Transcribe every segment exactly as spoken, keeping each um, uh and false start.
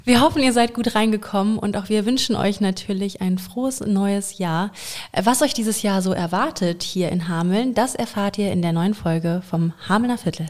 Wir hoffen, ihr seid gut reingekommen und auch wir wünschen euch natürlich ein frohes neues Jahr. Was euch dieses Jahr so erwartet hier in Hameln, das erfahrt ihr in der neuen Folge vom Hamelner Viertel.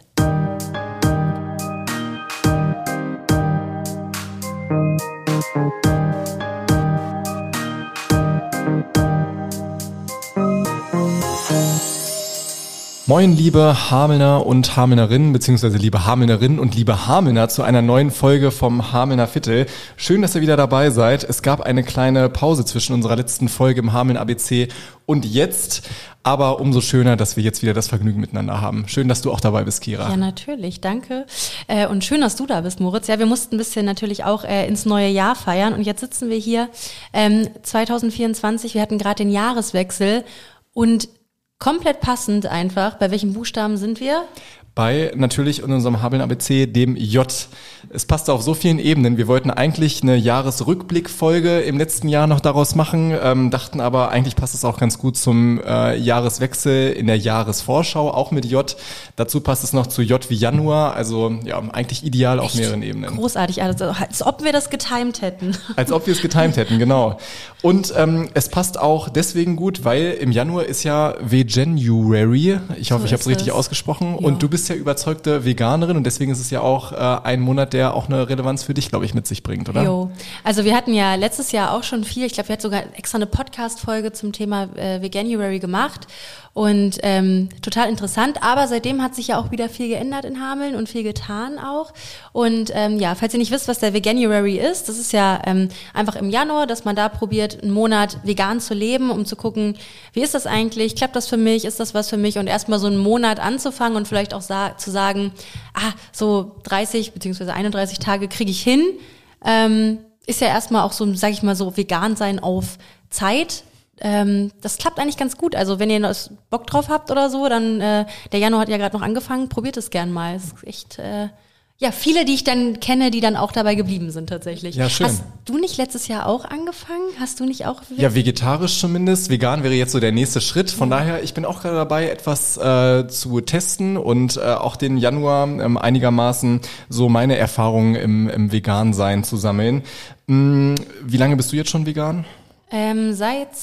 Moin, liebe Hamelner und Hamelnerinnen, beziehungsweise liebe Hamelnerinnen und liebe Hamelner zu einer neuen Folge vom Hamelner Viertel. Schön, dass ihr wieder dabei seid. Es gab eine kleine Pause zwischen unserer letzten Folge im Hameln A B C und jetzt, aber umso schöner, dass wir jetzt wieder das Vergnügen miteinander haben. Schön, dass du auch dabei bist, Kira. Ja, natürlich, danke. Äh, und schön, dass du da bist, Moritz. Ja, wir mussten ein bisschen natürlich auch äh, ins neue Jahr feiern und jetzt sitzen wir hier ähm, zwanzig vierundzwanzig. Wir hatten gerade den Jahreswechsel und komplett passend einfach. Bei welchen Buchstaben sind wir? Bei natürlich in unserem Hameln A B C, dem J. Es passte auf so vielen Ebenen. Wir wollten eigentlich eine Jahresrückblickfolge im letzten Jahr noch daraus machen, ähm, dachten aber, eigentlich passt es auch ganz gut zum äh, Jahreswechsel in der Jahresvorschau, auch mit J. Dazu passt es noch zu J wie Januar, also ja, eigentlich ideal auf Echt? mehreren Ebenen. Großartig, also als ob wir das getimed hätten. Als ob wir es getimed hätten, genau. Und ähm, es passt auch deswegen gut, weil im Januar ist ja Veganuary. Ich hoffe, So ich habe es richtig es. ausgesprochen. Ja. Und du bist ja überzeugte Veganerin und deswegen ist es ja auch äh, ein Monat, der auch eine Relevanz für dich, glaube ich, mit sich bringt, oder? Jo. Also wir hatten ja letztes Jahr auch schon viel, ich glaube, wir hatten sogar extra eine Podcast-Folge zum Thema äh, Veganuary gemacht und ähm, total interessant, aber seitdem hat sich ja auch wieder viel geändert in Hameln und viel getan auch und ähm, ja, falls ihr nicht wisst, was der Veganuary ist, das ist ja ähm, einfach im Januar, dass man da probiert, einen Monat vegan zu leben, um zu gucken, wie ist das eigentlich, klappt das für mich, ist das was für mich und erstmal so einen Monat anzufangen und vielleicht auch sa- zu sagen, ah, so dreißig beziehungsweise einunddreißig Tage kriege ich hin, ähm, ist ja erstmal auch so, sag ich mal so, vegan sein auf Zeit. Ähm, das klappt eigentlich ganz gut. Also wenn ihr noch Bock drauf habt oder so, dann, äh, der Januar hat ja gerade noch angefangen, probiert es gern mal. Es ist echt, äh, ja, viele, die ich dann kenne, die dann auch dabei geblieben sind tatsächlich. Ja, schön. Hast du nicht letztes Jahr auch angefangen? Hast du nicht auch? Ja, vegetarisch zumindest. Vegan wäre jetzt so der nächste Schritt. Von ja. daher, ich bin auch gerade dabei, etwas äh, zu testen und äh, auch den Januar ähm, einigermaßen so meine Erfahrungen im, im Vegan-Sein zu sammeln. Hm, wie lange bist du jetzt schon vegan? Ähm, seit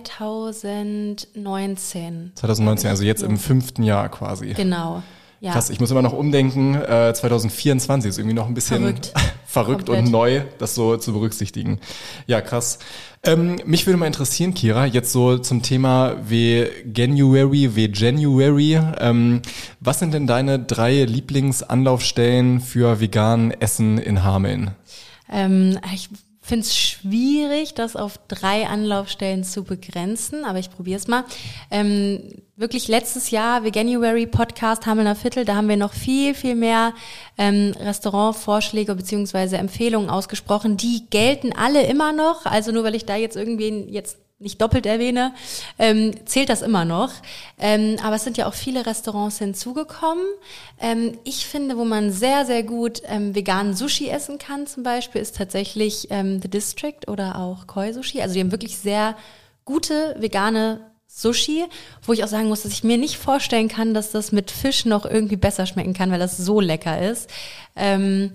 zwanzig neunzehn. zwanzig neunzehn, also jetzt im fünften Jahr quasi. Genau. Ja. Krass, ich muss immer noch umdenken, äh, zwanzig vierundzwanzig ist irgendwie noch ein bisschen Verrückt, verrückt und neu, das so zu berücksichtigen. Ja, krass. Ähm, mich würde mal interessieren, Kira, jetzt so zum Thema Veganuary, Veganuary. Ähm, was sind denn deine drei Lieblingsanlaufstellen für vegan Essen in Hameln? Ähm, ich finde es schwierig, das auf drei Anlaufstellen zu begrenzen, aber ich probiere es mal. Ähm, wirklich letztes Jahr, Veganuary Podcast Hamelner Viertel, da haben wir noch viel, viel mehr ähm, Restaurantvorschläge beziehungsweise Empfehlungen ausgesprochen. Die gelten alle immer noch, also nur weil ich da jetzt irgendwen jetzt nicht doppelt erwähne, ähm, zählt das immer noch. Ähm, aber es sind ja auch viele Restaurants hinzugekommen. Ähm, ich finde, wo man sehr, sehr gut ähm, veganen Sushi essen kann zum Beispiel, ist tatsächlich ähm, The District oder auch Koi Sushi. Also die haben wirklich sehr gute vegane Sushi, wo ich auch sagen muss, dass ich mir nicht vorstellen kann, dass das mit Fisch noch irgendwie besser schmecken kann, weil das so lecker ist. Ähm,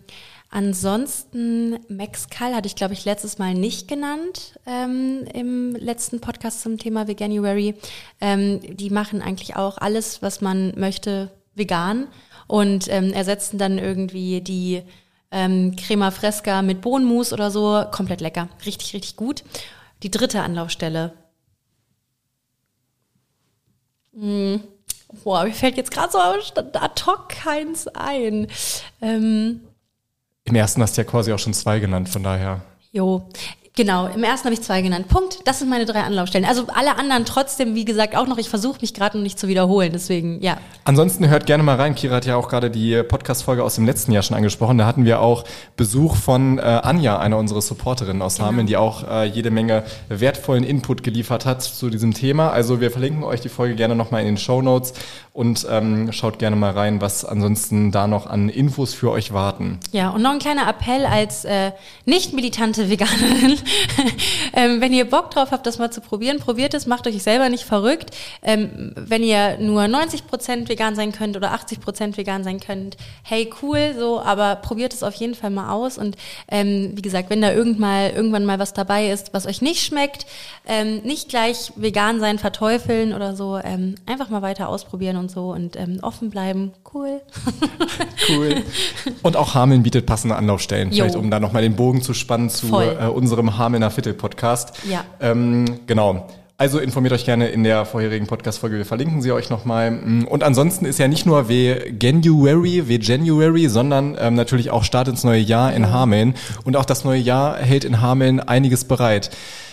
Ansonsten Mexcal hatte ich, glaube ich, letztes Mal nicht genannt ähm, im letzten Podcast zum Thema Veganuary. Ähm, die machen eigentlich auch alles, was man möchte, vegan und ähm, ersetzen dann irgendwie die ähm, Crema Fresca mit Bohnenmus oder so. Komplett lecker. Richtig, richtig gut. Die dritte Anlaufstelle. Hm. Boah, mir fällt jetzt gerade so ad hoc keins ein. Ähm, Im ersten hast du ja quasi auch schon zwei genannt, von daher. Jo, genau. Im ersten habe ich zwei genannt. Punkt. Das sind meine drei Anlaufstellen. Also alle anderen trotzdem, wie gesagt, auch noch. Ich versuche mich gerade noch nicht zu wiederholen. Deswegen, ja. Ansonsten hört gerne mal rein. Kira hat ja auch gerade die Podcast-Folge aus dem letzten Jahr schon angesprochen. Da hatten wir auch Besuch von äh, Anja, einer unserer Supporterinnen aus Genau. Hameln, die auch äh, jede Menge wertvollen Input geliefert hat zu diesem Thema. Also wir verlinken euch die Folge gerne nochmal in den Shownotes und ähm, schaut gerne mal rein, was ansonsten da noch an Infos für euch warten. Ja, und noch ein kleiner Appell als äh, nicht militante Veganerin. ähm, wenn ihr Bock drauf habt, das mal zu probieren, probiert es, macht euch selber nicht verrückt. Ähm, wenn ihr nur neunzig Prozent vegan sein könnt oder achtzig Prozent vegan sein könnt, hey, cool, so, aber probiert es auf jeden Fall mal aus. Und ähm, wie gesagt, wenn da irgend mal, irgendwann mal was dabei ist, was euch nicht schmeckt, ähm, nicht gleich vegan sein verteufeln oder so, ähm, einfach mal weiter ausprobieren und so und ähm, offen bleiben. Cool. Cool. Und auch Hameln bietet passende Anlaufstellen, Jo. vielleicht um da nochmal den Bogen zu spannen zu äh, unserem Hamelner Viertel-Podcast. Ja. Ähm, genau. Also informiert euch gerne in der vorherigen Podcast-Folge, wir verlinken sie euch nochmal. Und ansonsten ist ja nicht nur Veganuary, Veganuary, sondern ähm, natürlich auch Start ins neue Jahr in Hameln. Und auch das neue Jahr hält in Hameln einiges bereit.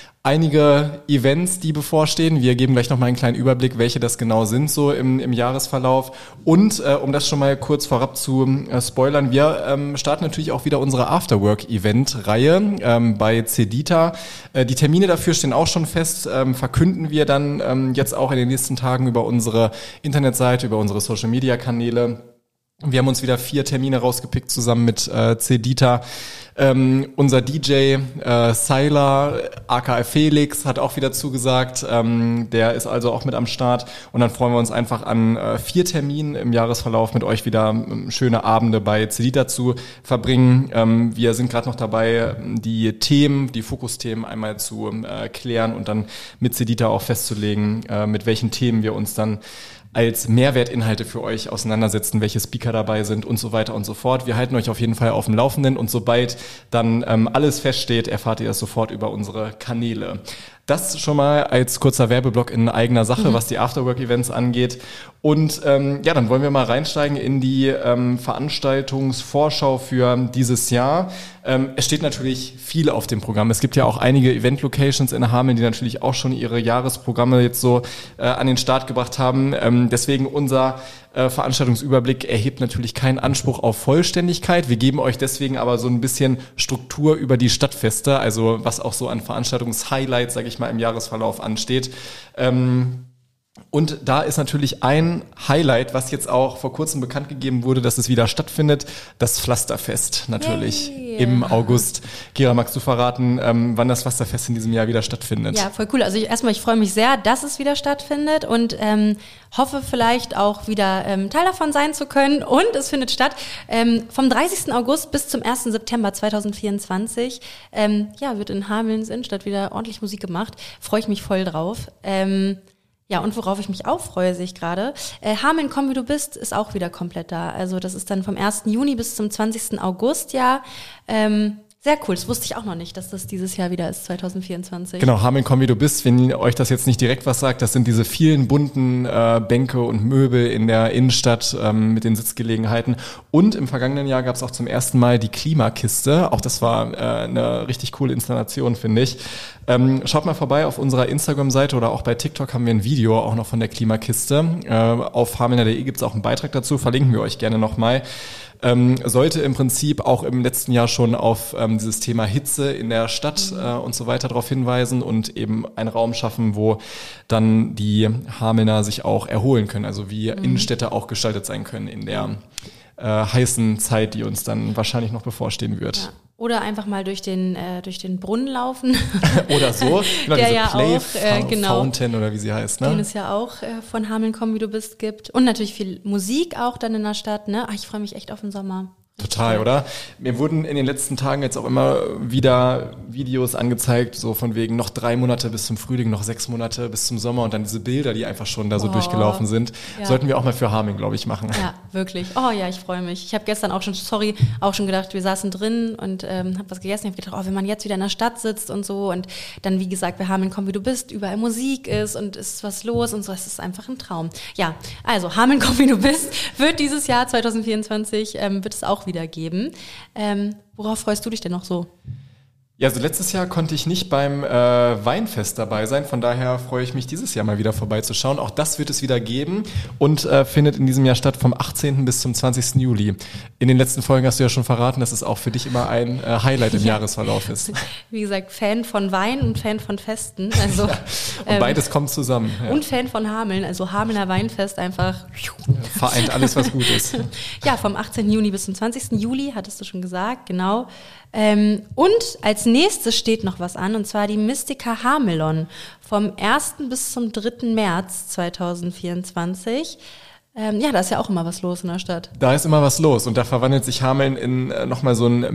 Einige Events, die bevorstehen. Wir geben gleich nochmal einen kleinen Überblick, welche das genau sind, so im, im Jahresverlauf. Und äh, um das schon mal kurz vorab zu äh, spoilern, wir ähm, starten natürlich auch wieder unsere Afterwork-Event-Reihe ähm, bei Cedita. Äh, die Termine dafür stehen auch schon fest, ähm, verkünden wir dann ähm, jetzt auch in den nächsten Tagen über unsere Internetseite, über unsere Social-Media-Kanäle. Wir haben uns wieder vier Termine rausgepickt zusammen mit äh, Cedita. Ähm, unser D J äh, Sylar, aka Felix, hat auch wieder zugesagt. Ähm, der ist also auch mit am Start. Und dann freuen wir uns einfach an äh, vier Terminen im Jahresverlauf mit euch wieder ähm, schöne Abende bei Cedita zu verbringen. Ähm, wir sind gerade noch dabei, die Themen, die Fokusthemen einmal zu äh, klären und dann mit Cedita auch festzulegen, äh, mit welchen Themen wir uns dann als Mehrwertinhalte für euch auseinandersetzen, welche Speaker dabei sind und so weiter und so fort. Wir halten euch auf jeden Fall auf dem Laufenden und sobald dann ähm, alles feststeht, erfahrt ihr das sofort über unsere Kanäle. Das schon mal als kurzer Werbeblock in eigener Sache, mhm. was die Afterwork-Events angeht. Und ähm, ja, dann wollen wir mal reinsteigen in die ähm, Veranstaltungsvorschau für dieses Jahr. Ähm, es steht natürlich viel auf dem Programm. Es gibt ja auch einige Event-Locations in Hameln, die natürlich auch schon ihre Jahresprogramme jetzt so äh, an den Start gebracht haben. Ähm, deswegen unser äh, Veranstaltungsüberblick erhebt natürlich keinen Anspruch auf Vollständigkeit. Wir geben euch deswegen aber so ein bisschen Struktur über die Stadtfeste, also was auch so an Veranstaltungshighlights, sage ich mal, im Jahresverlauf ansteht. Ähm, Und da ist natürlich ein Highlight, was jetzt auch vor kurzem bekannt gegeben wurde, dass es wieder stattfindet, das Pflasterfest natürlich Yay. Im August. Kira, magst du verraten, ähm, wann das Pflasterfest in diesem Jahr wieder stattfindet? Ja, voll cool. Also ich, erstmal, ich freue mich sehr, dass es wieder stattfindet und ähm, hoffe vielleicht auch wieder ähm, Teil davon sein zu können. Und es findet statt ähm, vom dreißigsten August bis zum ersten September zweitausendvierundzwanzig. Ähm, ja, wird in Hamelns Innenstadt wieder ordentlich Musik gemacht. Freue ich mich voll drauf. Ähm, Ja, und worauf ich mich auch freue, sehe ich gerade. Äh, Hameln, komm wie du bist, ist auch wieder komplett da. Also das ist dann vom ersten Juni bis zum zwanzigsten August, ja. Ähm, sehr cool, das wusste ich auch noch nicht, dass das dieses Jahr wieder ist, zweitausendvierundzwanzig. Genau, Hameln, komm wie du bist. Wenn euch das jetzt nicht direkt was sagt, das sind diese vielen bunten äh, Bänke und Möbel in der Innenstadt ähm, mit den Sitzgelegenheiten. Und im vergangenen Jahr gab es auch zum ersten Mal die Klimakiste. Auch das war äh, eine richtig coole Installation, finde ich. Ähm, schaut mal vorbei auf unserer Instagram-Seite oder auch bei TikTok haben wir ein Video auch noch von der Klimakiste. Äh, auf hamelner punkt de gibt es auch einen Beitrag dazu, verlinken wir euch gerne nochmal. Ähm, sollte im Prinzip auch im letzten Jahr schon auf ähm, dieses Thema Hitze in der Stadt äh, und so weiter darauf hinweisen und eben einen Raum schaffen, wo dann die Hamelner sich auch erholen können, also wie mhm. Innenstädte auch gestaltet sein können in der äh, heißen Zeit, die uns dann wahrscheinlich noch bevorstehen wird. Ja. Oder einfach mal durch den äh, durch den Brunnen laufen. Oder so. Genau, der diese ja Play auch, äh, genau, Fountain oder wie sie heißt, ne? Den es ja auch äh, von Hameln komm wie du bist gibt. Und natürlich viel Musik auch dann in der Stadt, ne? Ach, ich freue mich echt auf den Sommer. Total, oder? Mir wurden in den letzten Tagen jetzt auch immer wieder Videos angezeigt, so von wegen noch drei Monate bis zum Frühling, noch sechs Monate bis zum Sommer und dann diese Bilder, die einfach schon da so oh, durchgelaufen sind. Ja. Sollten wir auch mal für Hameln, glaube ich, machen. Ja, wirklich. Oh ja, ich freue mich. Ich habe gestern auch schon, sorry, auch schon gedacht, wir saßen drin und ähm, habe was gegessen. Ich habe gedacht, oh, wenn man jetzt wieder in der Stadt sitzt und so und dann, wie gesagt, bei Hameln komm wie du bist, überall Musik ist und ist was los und so, es ist einfach ein Traum. Ja, also Hameln komm wie du bist wird dieses Jahr zweitausendvierundzwanzig, ähm, wird es auch wieder geben. Ähm, worauf freust du dich denn noch so? Ja, also letztes Jahr konnte ich nicht beim äh, Weinfest dabei sein, von daher freue ich mich dieses Jahr mal wieder vorbeizuschauen. Auch das wird es wieder geben und äh, findet in diesem Jahr statt vom achtzehnten bis zum zwanzigsten Juli. In den letzten Folgen hast du ja schon verraten, dass es auch für dich immer ein äh, Highlight im ja. Jahresverlauf ist. Wie gesagt, Fan von Wein und Fan von Festen. Also, ja. Und ähm, beides kommt zusammen. Ja. Und Fan von Hameln, also Hamelner Weinfest einfach. Vereint alles, was gut ist. Ja, vom achtzehnten Juni bis zum zwanzigsten Juli, hattest du schon gesagt, genau. Ähm, und als nächstes steht noch was an, und zwar die Mystica Hamelon vom ersten bis zum dritten März zweitausendvierundzwanzig. Ähm, ja, da ist ja auch immer was los in der Stadt. Da ist immer was los und da verwandelt sich Hameln in äh, nochmal so ein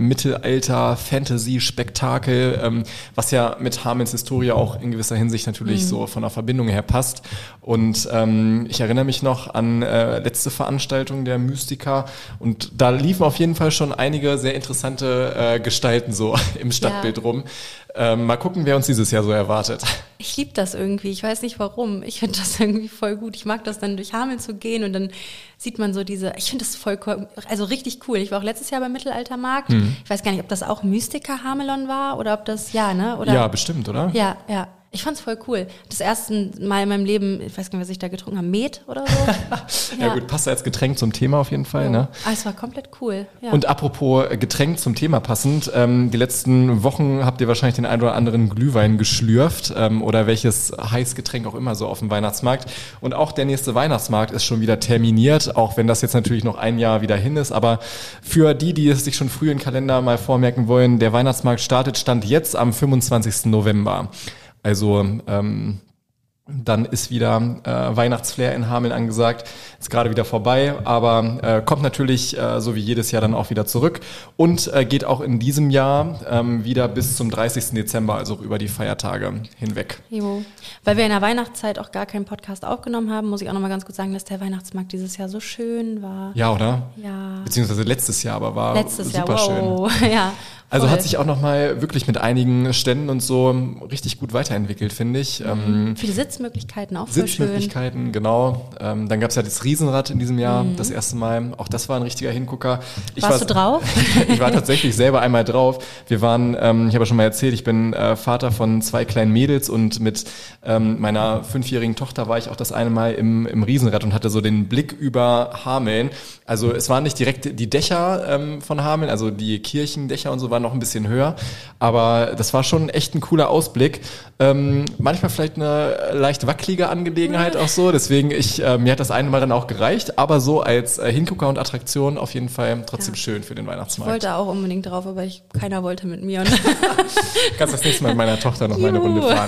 Mittelalter-Fantasy-Spektakel, ähm, was ja mit Hamelns Historie auch in gewisser Hinsicht natürlich mhm. so von der Verbindung her passt. Und ähm, ich erinnere mich noch an äh, letzte Veranstaltung der Mystica und da liefen auf jeden Fall schon einige sehr interessante äh, Gestalten so im Stadtbild ja. rum. Ähm, mal gucken, wer uns dieses Jahr so erwartet. Ich liebe das irgendwie. Ich weiß nicht warum. Ich finde das irgendwie voll gut. Ich mag das dann durch Hameln zu gehen und dann sieht man so diese, ich finde das voll cool, also richtig cool. Ich war auch letztes Jahr beim Mittelaltermarkt. Hm. Ich weiß gar nicht, ob das auch Mystica Hamelon war oder ob das, ja, ne? Oder? Ja, bestimmt, oder? Ja, ja. Ich fand's voll cool. Das erste Mal in meinem Leben, ich weiß gar nicht, was ich da getrunken habe, Met oder so. ja. ja gut, passt als Getränk zum Thema auf jeden Fall. Ja. Ne? Ah, es war komplett cool. Ja. Und apropos Getränk zum Thema passend, ähm, die letzten Wochen habt ihr wahrscheinlich den einen oder anderen Glühwein geschlürft ähm, oder welches Heißgetränk auch immer so auf dem Weihnachtsmarkt. Und auch der nächste Weihnachtsmarkt ist schon wieder terminiert, auch wenn das jetzt natürlich noch ein Jahr wieder hin ist. Aber für die, die es sich schon früh im Kalender mal vormerken wollen, der Weihnachtsmarkt startet, stand jetzt am fünfundzwanzigsten November. Also ähm, dann ist wieder äh, Weihnachtsflair in Hameln angesagt. Ist gerade wieder vorbei, aber äh, kommt natürlich äh, so wie jedes Jahr dann auch wieder zurück und äh, geht auch in diesem Jahr ähm, wieder bis zum dreißigsten Dezember, also über die Feiertage hinweg. Jo. Weil wir in der Weihnachtszeit auch gar keinen Podcast aufgenommen haben, muss ich auch nochmal ganz kurz sagen, dass der Weihnachtsmarkt dieses Jahr so schön war. Ja, oder? Ja. Beziehungsweise letztes Jahr, aber war letztes super Jahr, wow. schön. ja. Also hat sich auch nochmal wirklich mit einigen Ständen und so richtig gut weiterentwickelt, finde ich. Mhm. Ähm, Viele Sitzmöglichkeiten, auch voll Sitzmöglichkeiten, schön. genau. Ähm, dann gab es ja das Riesenrad in diesem Jahr, mhm. das erste Mal. Auch das war ein richtiger Hingucker. Ich Warst war, du drauf? Ich war tatsächlich selber einmal drauf. Wir waren, ähm, ich habe ja schon mal erzählt, ich bin äh, Vater von zwei kleinen Mädels und mit ähm, meiner fünfjährigen Tochter war ich auch das eine Mal im, im Riesenrad und hatte so den Blick über Hameln. Also es waren nicht direkt die Dächer ähm, von Hameln, also die Kirchendächer und so waren noch ein bisschen höher. Aber das war schon echt ein cooler Ausblick. Ähm, manchmal vielleicht eine leicht wackelige Angelegenheit auch so. Deswegen, ich, äh, mir hat das eine Mal dann auch gereicht. Aber so als äh, Hingucker und Attraktion auf jeden Fall trotzdem ja. schön für den Weihnachtsmarkt. Ich wollte auch unbedingt drauf, aber ich, keiner wollte mit mir. Kannst das nächste Mal mit meiner Tochter noch mal eine Runde fahren.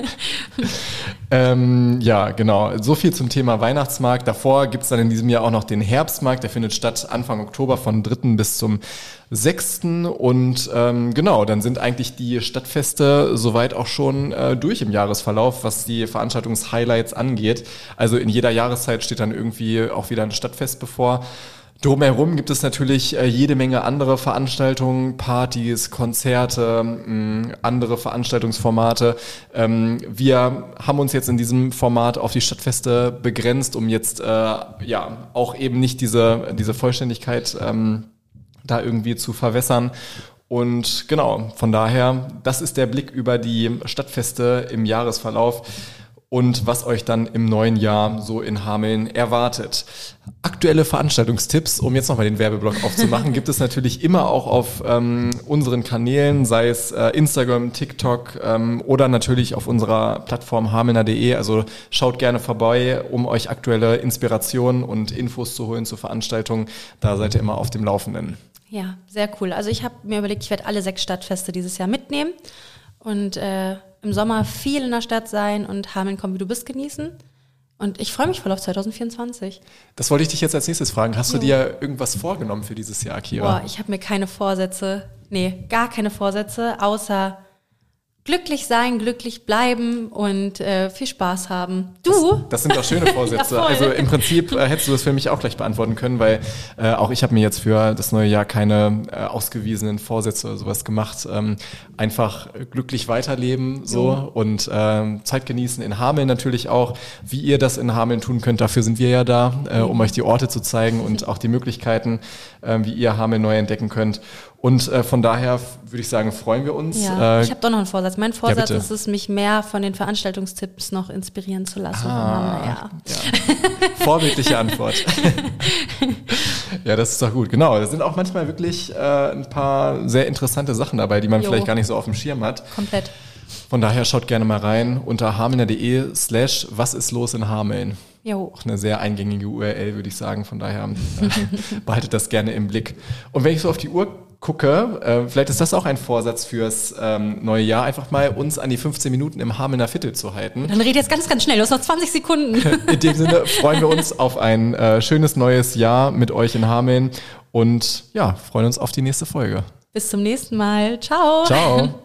ähm, ja, genau. So viel zum Thema Weihnachtsmarkt. Davor gibt's dann in diesem Jahr auch noch den Herbstmarkt. Der findet statt Anfang Oktober von dritten bis zum sechsten Und ähm, genau, dann sind eigentlich die Stadtfeste soweit auch schon äh, durch im Jahresverlauf, was die Veranstaltungshighlights angeht. Also in jeder Jahreszeit steht dann irgendwie auch wieder ein Stadtfest bevor. Drumherum gibt es natürlich äh, jede Menge andere Veranstaltungen, Partys, Konzerte, mh, andere Veranstaltungsformate. Ähm, wir haben uns jetzt in diesem Format auf die Stadtfeste begrenzt, um jetzt äh, ja auch eben nicht diese diese Vollständigkeit ähm, da irgendwie zu verwässern. Und genau, von daher, das ist der Blick über die Stadtfeste im Jahresverlauf und was euch dann im neuen Jahr so in Hameln erwartet. Aktuelle Veranstaltungstipps, um jetzt nochmal den Werbeblock aufzumachen, gibt es natürlich immer auch auf ähm, unseren Kanälen, sei es äh, Instagram, TikTok ähm, oder natürlich auf unserer Plattform hamelner punkt de. Also schaut gerne vorbei, um euch aktuelle Inspirationen und Infos zu holen zur Veranstaltung. Da seid ihr immer auf dem Laufenden. Ja, sehr cool. Also ich habe mir überlegt, ich werde alle sechs Stadtfeste dieses Jahr mitnehmen und äh, im Sommer viel in der Stadt sein und Hameln komm wie du bist genießen. Und ich freue mich voll auf zwanzig vierundzwanzig. Das wollte ich dich jetzt als nächstes fragen. Hast jo. du dir irgendwas vorgenommen für dieses Jahr, Kira? Boah, ich habe mir keine Vorsätze, nee, gar keine Vorsätze, außer glücklich sein, glücklich bleiben und äh, viel Spaß haben. Du? Das, das sind doch schöne Vorsätze. Ja, also im Prinzip äh, hättest du das für mich auch gleich beantworten können, weil äh, auch ich habe mir jetzt für das neue Jahr keine äh, ausgewiesenen Vorsätze oder sowas gemacht. Ähm, einfach glücklich weiterleben so mhm. und äh, Zeit genießen in Hameln natürlich auch. Wie ihr das in Hameln tun könnt, dafür sind wir ja da, äh, um euch die Orte zu zeigen und auch die Möglichkeiten, äh, wie ihr Hameln neu entdecken könnt. Und äh, von daher würde ich sagen, freuen wir uns. Ja, äh, ich habe doch noch einen Vorsatz. Mein Vorsatz ja, ist es, mich mehr von den Veranstaltungstipps noch inspirieren zu lassen. Ah, ja. ja. Vorbildliche Antwort. Ja, das ist doch gut. Genau, da sind auch manchmal wirklich äh, ein paar sehr interessante Sachen dabei, die man Jo. vielleicht gar nicht so auf dem Schirm hat. Komplett. Von daher schaut gerne mal rein unter hamelner.de slash was ist los in Hameln. Jo. Auch eine sehr eingängige U R L, würde ich sagen. Von daher äh, behaltet das gerne im Blick. Und wenn ich so auf die Uhr gucke, äh, vielleicht ist das auch ein Vorsatz fürs ähm, neue Jahr, einfach mal uns an die fünfzehn Minuten im Hamelner Viertel zu halten. Dann red jetzt ganz, ganz schnell. Du hast noch zwanzig Sekunden. In dem Sinne freuen wir uns auf ein äh, schönes neues Jahr mit euch in Hameln und ja, freuen uns auf die nächste Folge. Bis zum nächsten Mal. Ciao. Ciao.